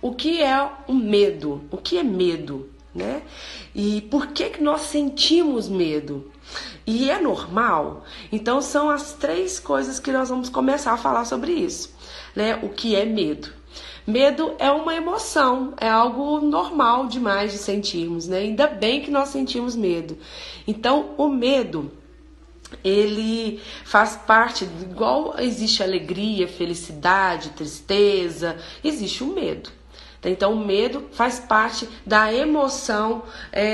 o que é o medo? O que é medo, né? E por que nós sentimos medo? E é normal? Então são as 3 coisas que nós vamos começar a falar sobre isso, né? O que é medo? Medo é uma emoção, é algo normal demais de sentirmos, né? Ainda bem que nós sentimos medo. Então, o medo, ele faz parte, igual existe alegria, felicidade, tristeza, existe o medo. Então, o medo faz parte da emoção,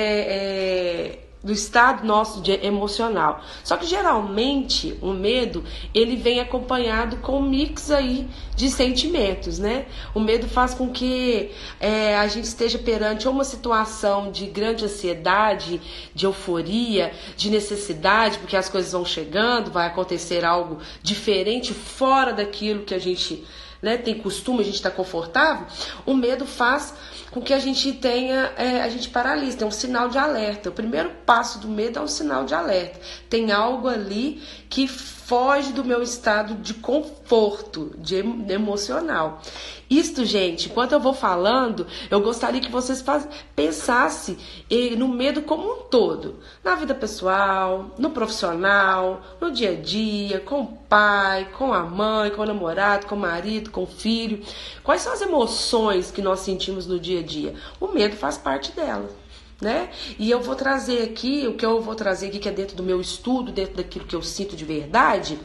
do estado nosso emocional. Só que geralmente o medo ele vem acompanhado com um mix aí de sentimentos, né? O medo faz com que a gente esteja perante uma situação de grande ansiedade, de euforia, de necessidade, porque as coisas vão chegando, vai acontecer algo diferente, fora daquilo que a gente, né, tem costume, a gente está confortável. O medo faz com que a gente tenha, a gente paralisa, tem um sinal de alerta. O primeiro passo do medo é um sinal de alerta. Tem algo ali que foge do meu estado de conforto, de emocional. Isto, gente, enquanto eu vou falando, eu gostaria que vocês pensassem no medo como um todo. Na vida pessoal, no profissional, no dia a dia, com o pai, com a mãe, com o namorado, com o marido, com o filho. Quais são as emoções que nós sentimos no dia a dia? O medo faz parte dela, né? E eu vou trazer aqui, o que eu vou trazer aqui, que é dentro do meu estudo, dentro daquilo que eu sinto de verdade,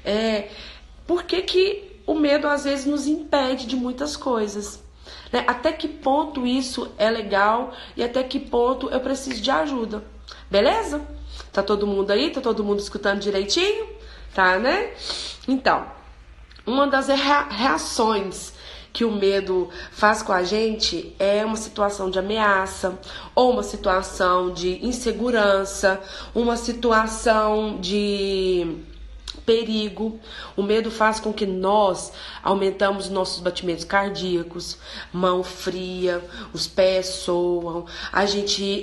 por que o medo às vezes nos impede de muitas coisas, né? Até que ponto isso é legal e até que ponto eu preciso de ajuda, beleza? Tá todo mundo aí? Tá todo mundo escutando direitinho? Tá, né? Então, uma das reações que o medo faz com a gente é uma situação de ameaça, ou uma situação de insegurança, uma situação de perigo. O medo faz com que nós aumentamos nossos batimentos cardíacos, mão fria, os pés soam, a gente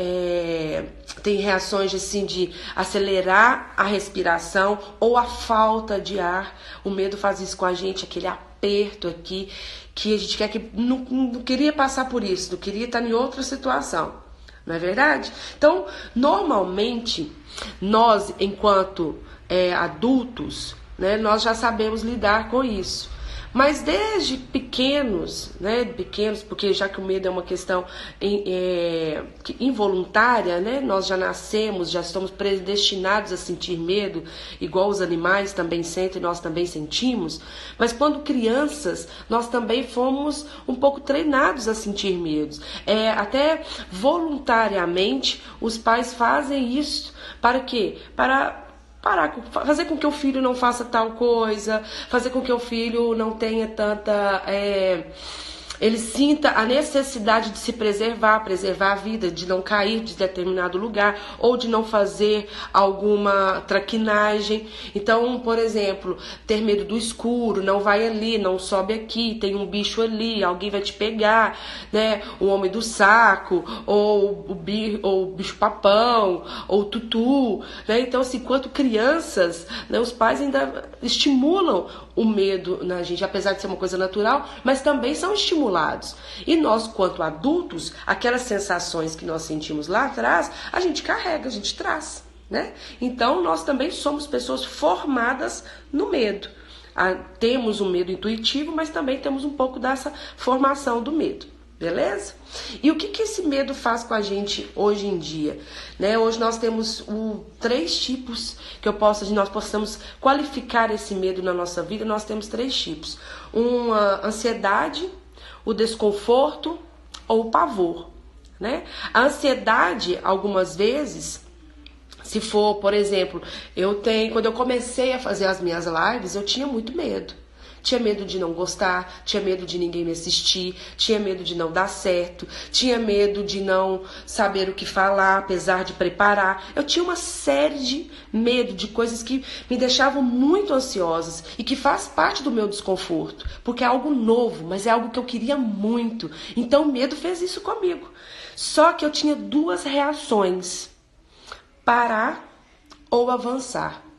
tem reações assim de acelerar a respiração ou a falta de ar. O medo faz isso com a gente, aquele aperto aqui, que a gente quer que não queria passar por isso, não queria estar em outra situação, não é verdade? Então, normalmente, nós, enquanto adultos, né, nós já sabemos lidar com isso. Mas desde pequenos, né, porque já que o medo é uma questão involuntária, né, nós já nascemos, já estamos predestinados a sentir medo, igual os animais também sentem, nós também sentimos. Mas quando crianças, nós também fomos um pouco treinados a sentir medos. Até voluntariamente, os pais fazem isso. Para quê? Fazer com que o filho não faça tal coisa, fazer com que o filho não tenha tanta... ele sinta a necessidade de se preservar a vida, de não cair de determinado lugar, ou de não fazer alguma traquinagem. Então, por exemplo, ter medo do escuro, não vai ali, não sobe aqui, tem um bicho ali, alguém vai te pegar, né? O homem do saco, ou o bicho papão, ou o tutu, né? Então, assim, enquanto crianças, né, os pais ainda estimulam o medo na gente, apesar de ser uma coisa natural, mas também são estimulados. E nós, quanto adultos, aquelas sensações que nós sentimos lá atrás, a gente carrega, a gente traz, né? Então, nós também somos pessoas formadas no medo. Temos um medo intuitivo, mas também temos um pouco dessa formação do medo. Beleza? E o que esse medo faz com a gente hoje em dia? Né? Hoje nós temos 3 tipos que nós possamos qualificar esse medo na nossa vida. Nós temos 3 tipos. Uma ansiedade, o desconforto ou o pavor. Né? A ansiedade, algumas vezes, se for, por exemplo, quando eu comecei a fazer as minhas lives, eu tinha muito medo. Tinha medo de não gostar, tinha medo de ninguém me assistir, tinha medo de não dar certo, tinha medo de não saber o que falar, apesar de preparar. Eu tinha uma série de medo, de coisas que me deixavam muito ansiosas e que faz parte do meu desconforto, porque é algo novo, mas é algo que eu queria muito. Então o medo fez isso comigo. Só que eu tinha 2 reações: parar ou avançar.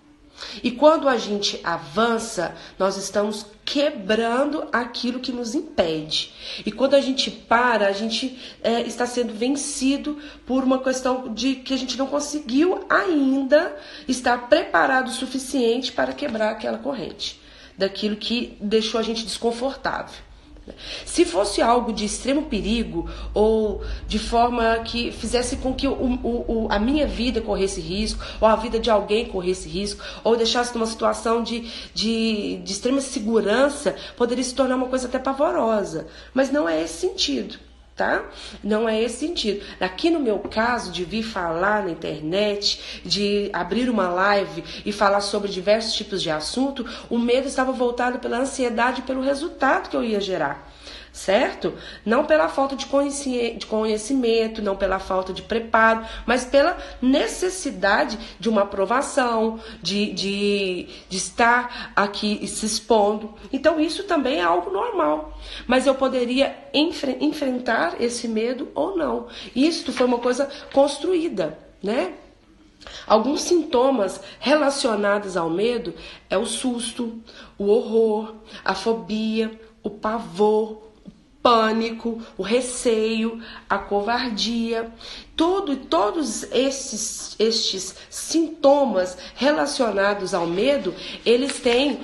E quando a gente avança, nós estamos quebrando aquilo que nos impede. E quando a gente para, a gente está sendo vencido por uma questão de que a gente não conseguiu ainda estar preparado o suficiente para quebrar aquela corrente, daquilo que deixou a gente desconfortável. Se fosse algo de extremo perigo ou de forma que fizesse com que a minha vida corresse risco, ou a vida de alguém corresse risco, ou deixasse numa situação de extrema segurança, poderia se tornar uma coisa até pavorosa. Mas não é esse sentido. Tá? Não é esse sentido. Aqui no meu caso, de vir falar na internet, de abrir uma live e falar sobre diversos tipos de assunto, o medo estava voltado pela ansiedade e pelo resultado que eu ia gerar. Certo? Não pela falta de conhecimento, não pela falta de preparo, mas pela necessidade de uma aprovação, de estar aqui se expondo. Então isso também é algo normal. Mas eu poderia enfrentar esse medo ou não. Isso foi uma coisa construída, né? Alguns sintomas relacionados ao medo é o susto, o horror, a fobia, o pavor, pânico, o receio, a covardia, todos estes sintomas relacionados ao medo, eles têm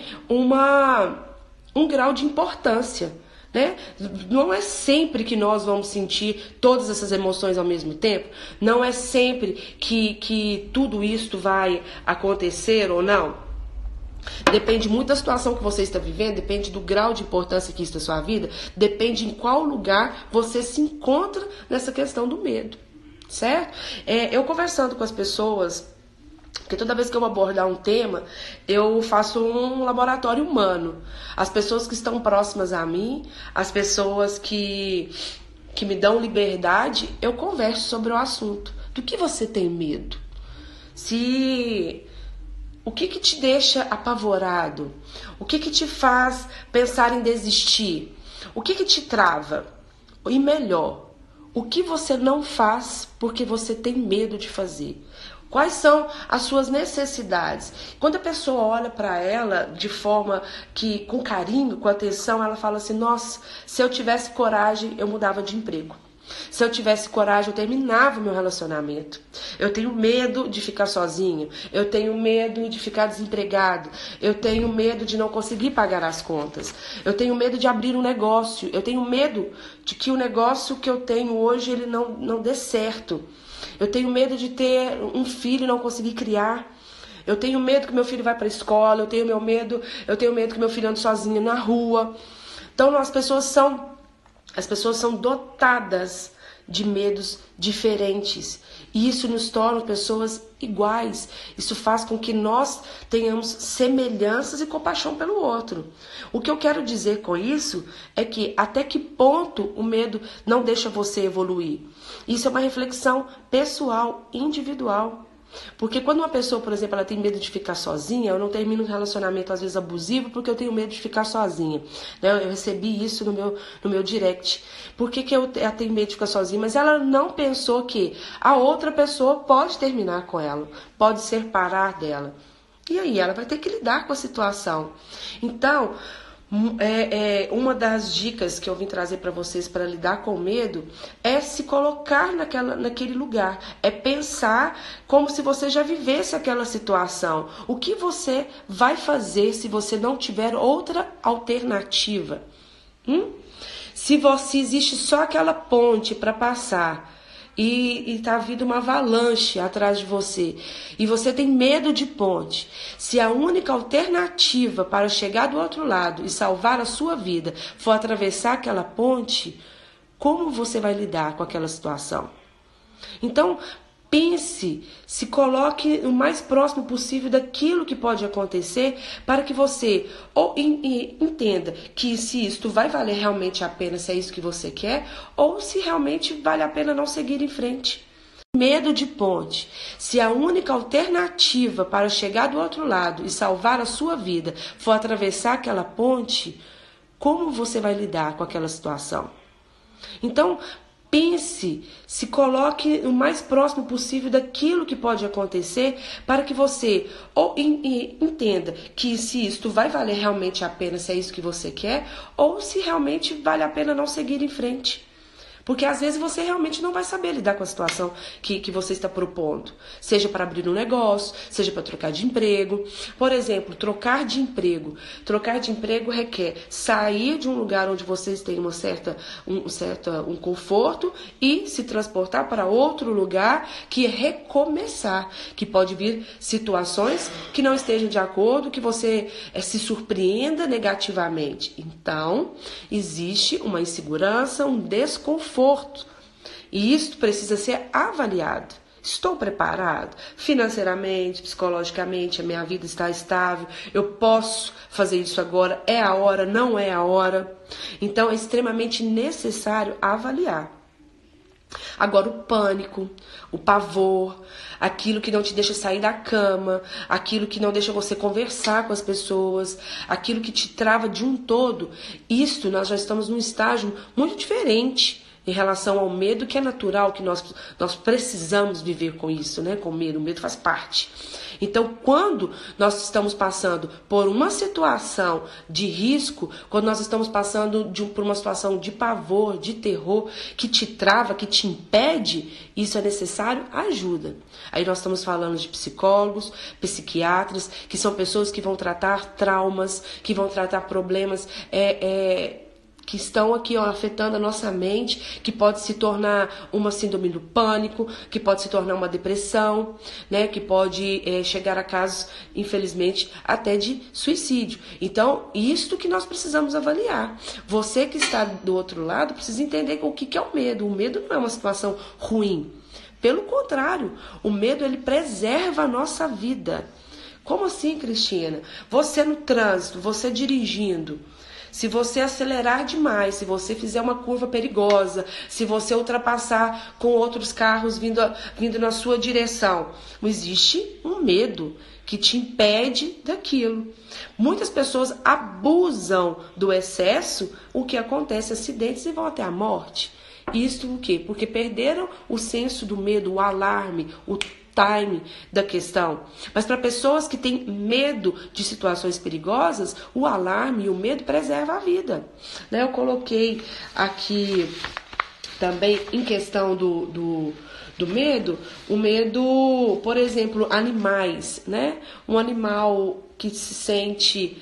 um grau de importância, né? Não é sempre que nós vamos sentir todas essas emoções ao mesmo tempo, não é sempre que tudo isto vai acontecer ou não. Depende muito da situação que você está vivendo, depende do grau de importância que isso na sua vida, depende em qual lugar você se encontra nessa questão do medo, certo? Eu conversando com as pessoas, porque toda vez que eu vou abordar um tema, eu faço um laboratório humano. As pessoas que estão próximas a mim, as pessoas que me dão liberdade, eu converso sobre o assunto. Do que você tem medo? O que te deixa apavorado? O que te faz pensar em desistir? O que te trava? E melhor, o que você não faz porque você tem medo de fazer? Quais são as suas necessidades? Quando a pessoa olha para ela de forma que, com carinho, com atenção, ela fala assim: nossa, se eu tivesse coragem, eu mudava de emprego. Se eu tivesse coragem, eu terminava o meu relacionamento. Eu tenho medo de ficar sozinho. Eu tenho medo de ficar desempregado. Eu tenho medo de não conseguir pagar as contas. Eu tenho medo de abrir um negócio. Eu tenho medo de que o negócio que eu tenho hoje ele não dê certo. Eu tenho medo de ter um filho e não conseguir criar. Eu tenho medo que meu filho vá para a escola. Eu tenho medo que meu filho ande sozinho na rua. Então as pessoas são dotadas de medos diferentes. E isso nos torna pessoas iguais. Isso faz com que nós tenhamos semelhanças e compaixão pelo outro. O que eu quero dizer com isso é que até que ponto o medo não deixa você evoluir? Isso é uma reflexão pessoal, individual. Porque quando uma pessoa, por exemplo, ela tem medo de ficar sozinha, eu não termino um relacionamento às vezes abusivo porque eu tenho medo de ficar sozinha, né? Eu recebi isso no meu direct. Por que ela tem medo de ficar sozinha? Mas ela não pensou que a outra pessoa pode terminar com ela, pode separar dela. E aí ela vai ter que lidar com a situação. Então, uma das dicas que eu vim trazer para vocês para lidar com o medo é se colocar naquele lugar, é pensar como se você já vivesse aquela situação. O que você vai fazer se você não tiver outra alternativa? Se existe só aquela ponte para passar e está vindo uma avalanche atrás de você e você tem medo de ponte, se a única alternativa para chegar do outro lado e salvar a sua vida for atravessar aquela ponte, como você vai lidar com aquela situação? Então, pense, se coloque o mais próximo possível daquilo que pode acontecer para que você entenda que se isto vai valer realmente a pena, se é isso que você quer, ou se realmente vale a pena não seguir em frente. Medo de ponte. Se a única alternativa para chegar do outro lado e salvar a sua vida for atravessar aquela ponte, como você vai lidar com aquela situação? Então, pense, se coloque o mais próximo possível daquilo que pode acontecer para que você ou entenda que se isto vai valer realmente a pena, se é isso que você quer, ou se realmente vale a pena não seguir em frente. Porque às vezes você realmente não vai saber lidar com a situação que você está propondo. Seja para abrir um negócio, seja para trocar de emprego. Por exemplo, trocar de emprego. Trocar de emprego requer sair de um lugar onde vocês têm um conforto e se transportar para outro lugar que é recomeçar. Que pode vir situações que não estejam de acordo, que você se surpreenda negativamente. Então, existe uma insegurança, um desconforto. E isso precisa ser avaliado. Estou preparado? Financeiramente, psicologicamente, a minha vida está estável? Eu posso fazer isso agora? É a hora? Não é a hora? Então, é extremamente necessário avaliar. Agora, o pânico, o pavor, aquilo que não te deixa sair da cama, aquilo que não deixa você conversar com as pessoas, aquilo que te trava de um todo, isto nós já estamos num estágio muito diferente em relação ao medo, que é natural, que nós precisamos viver com isso, né? Com medo, o medo faz parte. Então, quando nós estamos passando por uma situação de risco, quando nós estamos passando por uma situação de pavor, de terror, que te trava, que te impede, isso é necessário ajuda. Aí nós estamos falando de psicólogos, psiquiatras, que são pessoas que vão tratar traumas, que vão tratar problemas que estão aqui afetando a nossa mente, que pode se tornar uma síndrome do pânico, que pode se tornar uma depressão, né, que pode chegar a casos, infelizmente, até de suicídio. Então, isto que nós precisamos avaliar. Você que está do outro lado precisa entender o que é o medo. O medo não é uma situação ruim. Pelo contrário, o medo ele preserva a nossa vida. Como assim, Cristina? Você no trânsito, você dirigindo, se você acelerar demais, se você fizer uma curva perigosa, se você ultrapassar com outros carros vindo na sua direção, existe um medo que te impede daquilo. Muitas pessoas abusam do excesso, o que acontece, acidentes e vão até a morte. Isso o quê? Porque perderam o senso do medo, o alarme, o time da questão. Mas para pessoas que têm medo de situações perigosas, o alarme e o medo preserva a vida. Né? Eu coloquei aqui também em questão do medo, o medo, por exemplo, animais, né? Um animal que se sente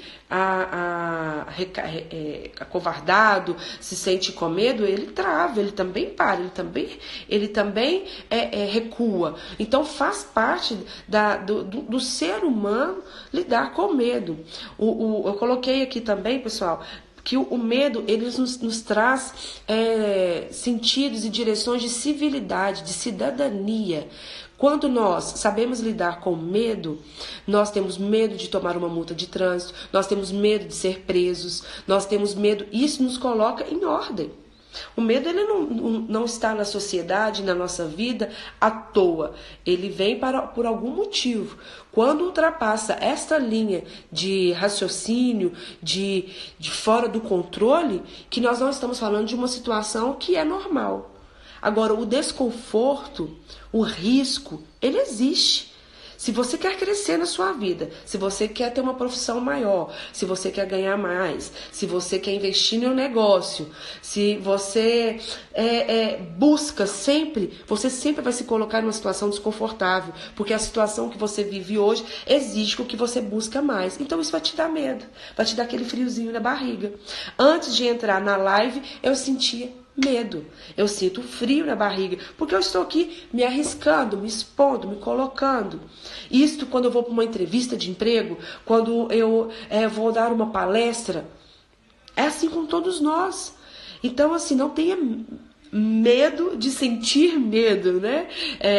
acovardado, se sente com medo, ele trava, ele também para, ele também recua. Então faz parte do ser humano lidar com medo. Eu coloquei aqui também, pessoal, que o medo ele nos traz sentidos e direções de civilidade, de cidadania. Quando nós sabemos lidar com medo, nós temos medo de tomar uma multa de trânsito, nós temos medo de ser presos, nós temos medo, isso nos coloca em ordem. O medo ele não está na sociedade, na nossa vida, à toa. Ele vem por algum motivo. Quando ultrapassa esta linha de raciocínio, de fora do controle, que nós não estamos falando de uma situação que é normal. Agora, o desconforto, o risco, ele existe. Se você quer crescer na sua vida, se você quer ter uma profissão maior, se você quer ganhar mais, se você quer investir em um negócio, se você busca sempre, você sempre vai se colocar numa situação desconfortável, porque a situação que você vive hoje exige que você busca mais. Então isso vai te dar medo, vai te dar aquele friozinho na barriga. Antes de entrar na live, eu sentia medo, eu sinto frio na barriga, porque eu estou aqui me arriscando, me expondo, me colocando. Isto quando eu vou para uma entrevista de emprego, quando eu vou dar uma palestra, é assim com todos nós. Então, assim, não tenha medo de sentir medo, né?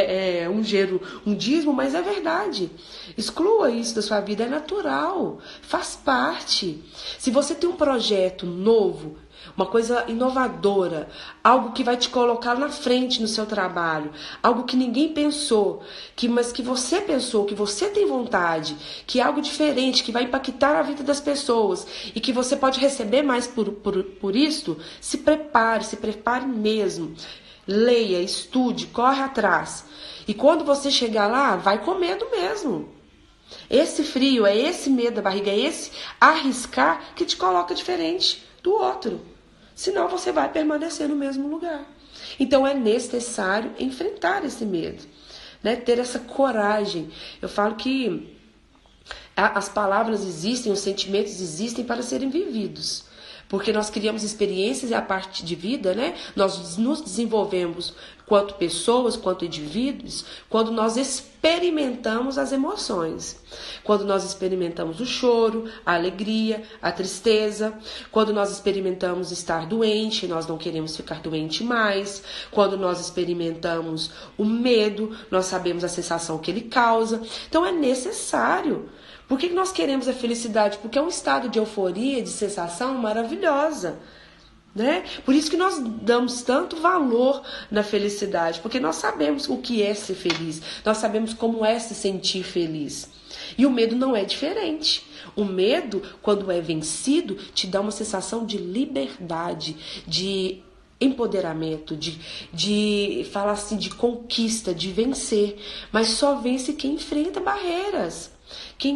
Um dízimo, mas é verdade. Exclua isso da sua vida, é natural, faz parte. Se você tem um projeto novo, uma coisa inovadora, algo que vai te colocar na frente no seu trabalho, algo que ninguém pensou, mas que você pensou, que você tem vontade, que é algo diferente, que vai impactar a vida das pessoas e que você pode receber mais por isso, se prepare mesmo. leia, estude, corre atrás. E quando você chegar lá, vai com medo mesmo. Esse frio, é esse medo da barriga, é esse arriscar que te coloca diferente do outro. Senão você vai permanecer no mesmo lugar. Então é necessário enfrentar esse medo, né? Ter essa coragem. Eu falo que as palavras existem, os sentimentos existem para serem vividos. Porque nós criamos experiências e a parte de vida, né? Nós nos desenvolvemos quanto pessoas, quanto indivíduos, quando nós experimentamos as emoções. Quando nós experimentamos o choro, a alegria, a tristeza. Quando nós experimentamos estar doente, nós não queremos ficar doente mais. Quando nós experimentamos o medo, nós sabemos a sensação que ele causa. Então é necessário. Por que nós queremos a felicidade? Porque é um estado de euforia, de sensação maravilhosa, né? Por isso que nós damos tanto valor na felicidade, porque nós sabemos o que é ser feliz, nós sabemos como é se sentir feliz. E o medo não é diferente. O medo, quando é vencido, te dá uma sensação de liberdade, de empoderamento, de falar assim, de conquista, de vencer. Mas só vence quem enfrenta barreiras. Quem,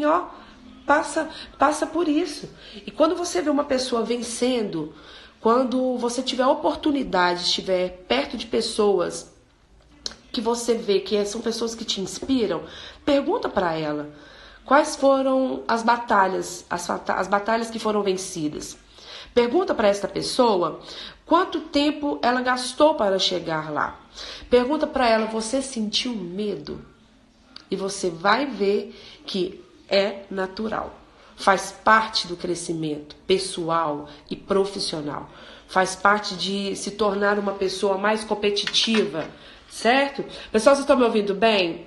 passa por isso. E quando você vê uma pessoa vencendo, quando você tiver a oportunidade, estiver perto de pessoas que você vê que são pessoas que te inspiram, pergunta para ela quais foram as batalhas, as batalhas que foram vencidas. Pergunta para esta pessoa quanto tempo ela gastou para chegar lá. Pergunta para ela, você sentiu medo? E você vai ver que é natural. Faz parte do crescimento pessoal e profissional. Faz parte de se tornar uma pessoa mais competitiva, certo? Pessoal, vocês estão me ouvindo bem?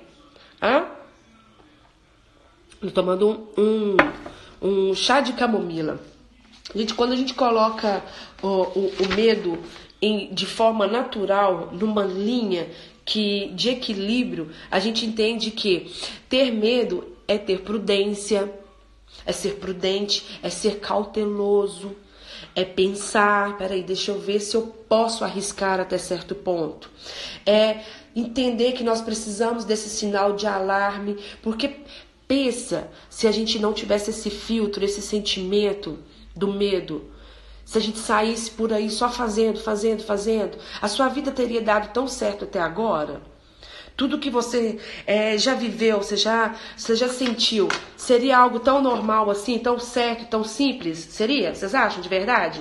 Estou tomando um chá de camomila. Gente, quando a gente coloca o medo de forma natural, numa linha de equilíbrio, a gente entende que ter medo é ter prudência, é ser prudente, é ser cauteloso, é pensar, peraí, deixa eu ver se eu posso arriscar até certo ponto. É entender que nós precisamos desse sinal de alarme, porque pensa se a gente não tivesse esse filtro, esse sentimento do medo, se a gente saísse por aí só fazendo, a sua vida teria dado tão certo até agora? Tudo que você já viveu, você já sentiu, seria algo tão normal assim, tão certo, tão simples? Seria? Vocês acham de verdade?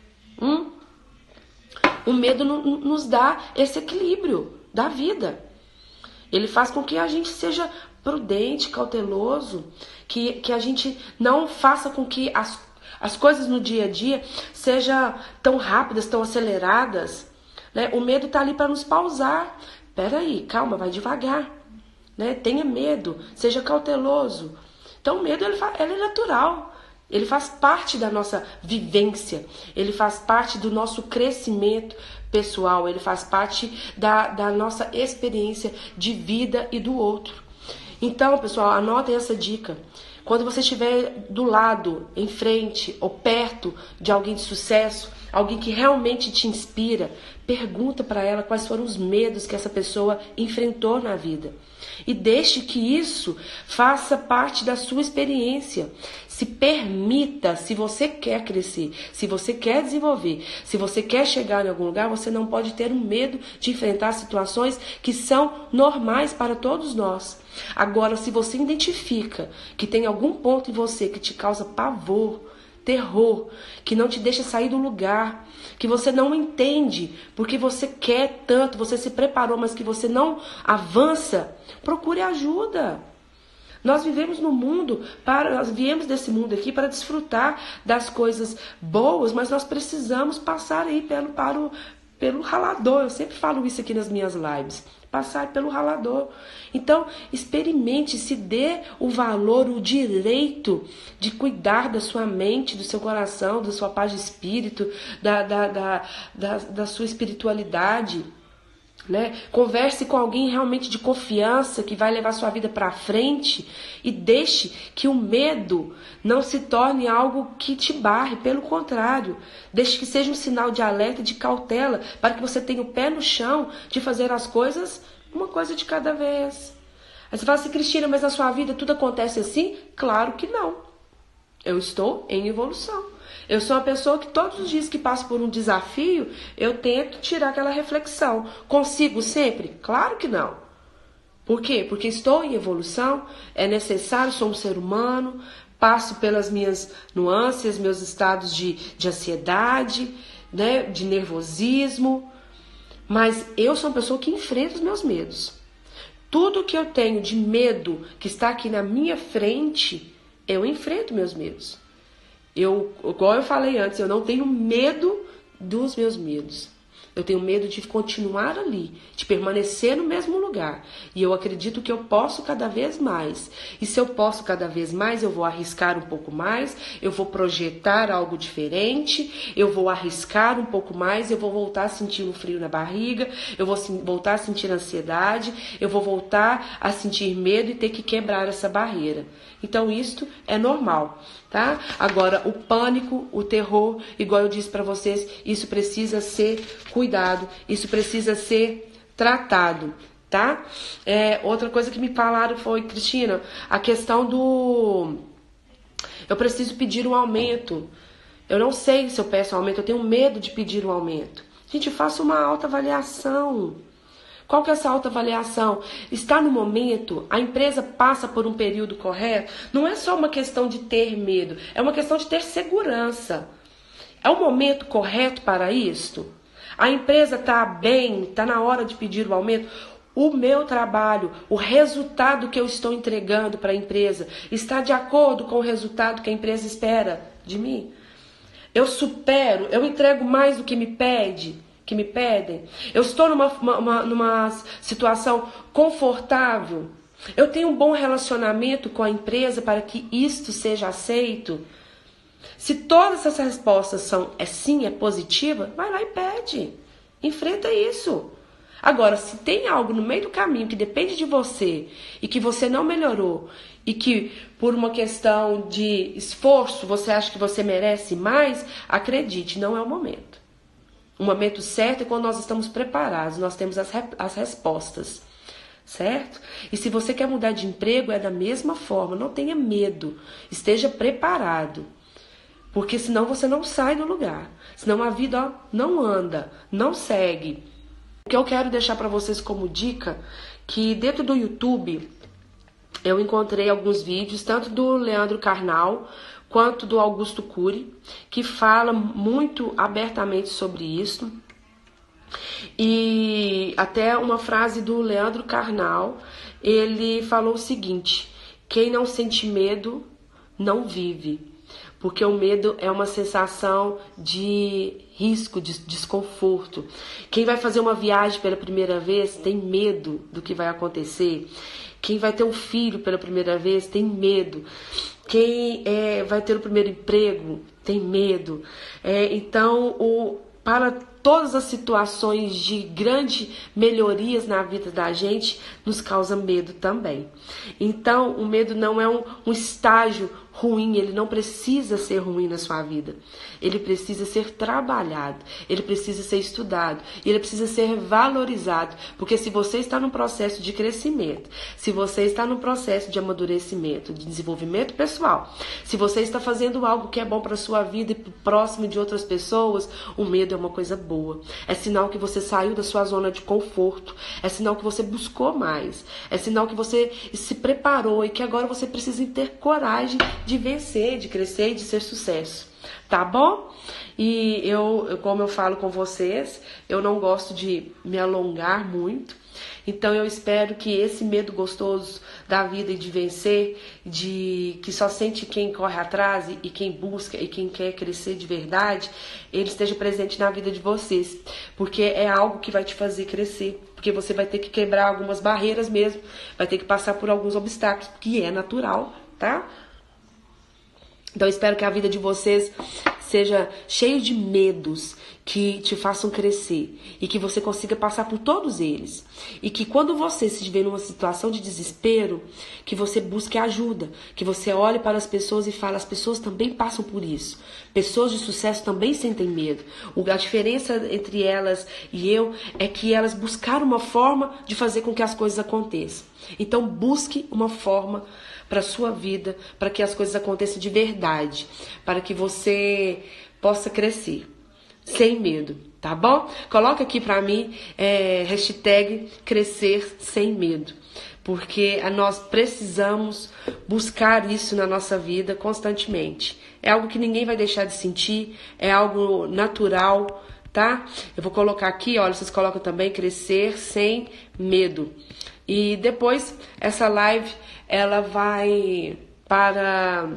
O medo nos dá esse equilíbrio da vida. Ele faz com que a gente seja prudente, cauteloso, que a gente não faça com que as coisas no dia a dia sejam tão rápidas, tão aceleradas, né? O medo tá ali para nos pausar. Peraí, calma, vai devagar, né? Tenha medo, seja cauteloso. Então o medo ele é natural, ele faz parte da nossa vivência, ele faz parte do nosso crescimento pessoal, ele faz parte da nossa experiência de vida e do outro. Então, pessoal, anotem essa dica. Quando você estiver do lado, em frente ou perto de alguém de sucesso, alguém que realmente te inspira, pergunta para ela quais foram os medos que essa pessoa enfrentou na vida. E deixe que isso faça parte da sua experiência. Se permita, se você quer crescer, se você quer desenvolver, se você quer chegar em algum lugar, você não pode ter um medo de enfrentar situações que são normais para todos nós. Agora, se você identifica que tem algum ponto em você que te causa pavor, terror, que não te deixa sair do lugar, que você não entende, porque você quer tanto, você se preparou, mas que você não avança, procure ajuda. Nós vivemos no mundo, nós viemos desse mundo aqui para desfrutar das coisas boas, mas nós precisamos passar aí pelo ralador. Eu sempre falo isso aqui nas minhas lives. Passar pelo ralador. Então, experimente, se dê o valor, o direito de cuidar da sua mente, do seu coração, da sua paz de espírito, da sua espiritualidade. né? Converse com alguém realmente de confiança que vai levar sua vida para frente e deixe que o medo não se torne algo que te barre, pelo contrário, deixe que seja um sinal de alerta, de cautela, para que você tenha o pé no chão de fazer as coisas uma coisa de cada vez. Aí você fala assim, Cristina, mas na sua vida tudo acontece assim? Claro que não. Eu estou em evolução. Eu sou uma pessoa que todos os dias que passo por um desafio, eu tento tirar aquela reflexão. Consigo sempre? Claro que não. Por quê? Porque estou em evolução, é necessário, sou um ser humano, passo pelas minhas nuances, meus estados de ansiedade, né, de nervosismo, mas eu sou uma pessoa que enfrenta os meus medos. Tudo que eu tenho de medo que está aqui na minha frente, eu enfrento meus medos. Igual eu falei antes, eu não tenho medo dos meus medos. Eu tenho medo de continuar ali, de permanecer no mesmo lugar. E eu acredito que eu posso cada vez mais. E se eu posso cada vez mais, eu vou arriscar um pouco mais, eu vou projetar algo diferente, eu vou arriscar um pouco mais, eu vou voltar a sentir um frio na barriga, eu vou voltar a sentir ansiedade, eu vou voltar a sentir medo e ter que quebrar essa barreira. Então isto é normal, tá? Agora, o pânico, o terror, igual eu disse para vocês, isso precisa ser cuidado, isso precisa ser tratado, tá? Outra coisa que me falaram foi, Cristina, a questão do... Eu preciso pedir um aumento. Eu não sei se eu peço um aumento, eu tenho medo de pedir um aumento. Gente, faça uma autoavaliação. Qual que é essa autoavaliação? Está no momento, a empresa passa por um período correto? Não é só uma questão de ter medo, é uma questão de ter segurança. É o momento correto para isto? A empresa está bem, está na hora de pedir o aumento? O meu trabalho, o resultado que eu estou entregando para a empresa, está de acordo com o resultado que a empresa espera de mim? Eu supero, eu entrego mais do que me pedem, eu estou numa situação confortável, eu tenho um bom relacionamento com a empresa para que isto seja aceito. Se todas essas respostas são sim, é positiva, vai lá e pede, enfrenta isso. Agora, se tem algo no meio do caminho que depende de você e que você não melhorou e que por uma questão de esforço você acha que você merece mais, acredite, não é o momento. O momento certo é quando nós estamos preparados, nós temos as respostas, certo? E se você quer mudar de emprego, é da mesma forma, não tenha medo, esteja preparado, porque senão você não sai do lugar, senão a vida não anda, não segue. O que eu quero deixar para vocês como dica, que dentro do YouTube eu encontrei alguns vídeos, tanto do Leandro Carnal, quanto do Augusto Cury, que fala muito abertamente sobre isso. E até uma frase do Leandro Carnal, ele falou o seguinte: quem não sente medo, não vive. Porque o medo é uma sensação de risco, de desconforto. Quem vai fazer uma viagem pela primeira vez tem medo do que vai acontecer. Quem vai ter um filho pela primeira vez tem medo. Quem vai ter o primeiro emprego tem medo. Então, para todas as situações de grandes melhorias na vida da gente, nos causa medo também. Então, o medo não é um estágio ruim, ele não precisa ser ruim na sua vida. Ele precisa ser trabalhado, ele precisa ser estudado, e ele precisa ser valorizado. Porque se você está num processo de crescimento, se você está num processo de amadurecimento, de desenvolvimento pessoal, se você está fazendo algo que é bom para a sua vida e próximo de outras pessoas, o medo é uma coisa boa. É sinal que você saiu da sua zona de conforto, é sinal que você buscou mais, é sinal que você se preparou e que agora você precisa ter coragem de vencer, de crescer e de ser sucesso, tá bom? E como eu falo com vocês, eu não gosto de me alongar muito, então eu espero que esse medo gostoso da vida e de vencer, que só sente quem corre atrás e quem busca e quem quer crescer de verdade, ele esteja presente na vida de vocês, porque é algo que vai te fazer crescer, porque você vai ter que quebrar algumas barreiras mesmo, vai ter que passar por alguns obstáculos, que é natural, tá? Então, eu espero que a vida de vocês seja cheio de medos que te façam crescer e que você consiga passar por todos eles. E que quando você se vê numa situação de desespero, que você busque ajuda, que você olhe para as pessoas e fale, as pessoas também passam por isso. Pessoas de sucesso também sentem medo. A diferença entre elas e eu é que elas buscaram uma forma de fazer com que as coisas aconteçam. Então busque uma forma para a sua vida, para que as coisas aconteçam de verdade, para que você possa crescer sem medo, tá bom? Coloca aqui pra mim hashtag crescer sem medo, porque nós precisamos buscar isso na nossa vida constantemente. É algo que ninguém vai deixar de sentir, é algo natural, tá? Eu vou colocar aqui, olha, vocês colocam também crescer sem medo. E depois essa live ela vai para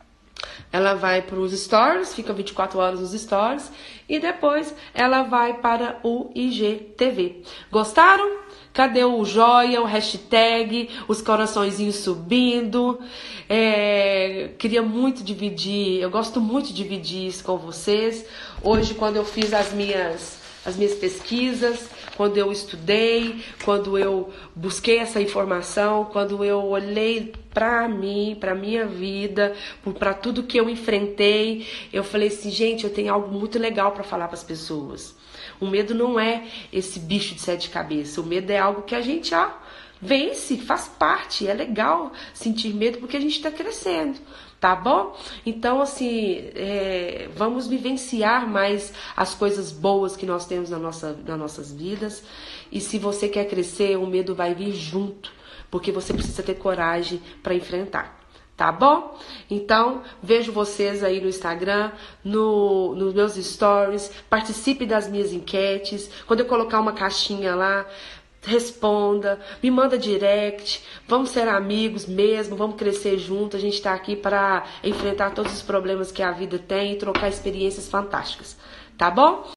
os stories, fica 24 horas nos stories, e depois ela vai para o IGTV. Gostaram? Cadê o joia, o hashtag, os coraçõezinhos subindo? Queria muito dividir, eu gosto muito de dividir isso com vocês. Hoje, quando eu fiz as minhas pesquisas, quando eu estudei, quando eu busquei essa informação, quando eu olhei para mim, para minha vida, para tudo que eu enfrentei, eu falei assim, gente, eu tenho algo muito legal para falar para as pessoas. O medo não é esse bicho de sete cabeças, o medo é algo que a gente vence, faz parte, é legal sentir medo porque a gente está crescendo. Tá bom? Então, assim, vamos vivenciar mais as coisas boas que nós temos nas nossas vidas. E se você quer crescer, o medo vai vir junto, porque você precisa ter coragem para enfrentar. Tá bom? Então, vejo vocês aí no Instagram, nos meus stories, participe das minhas enquetes. Quando eu colocar uma caixinha lá, responda, me manda direct, vamos ser amigos mesmo, vamos crescer junto. A gente está aqui para enfrentar todos os problemas que a vida tem e trocar experiências fantásticas, tá bom?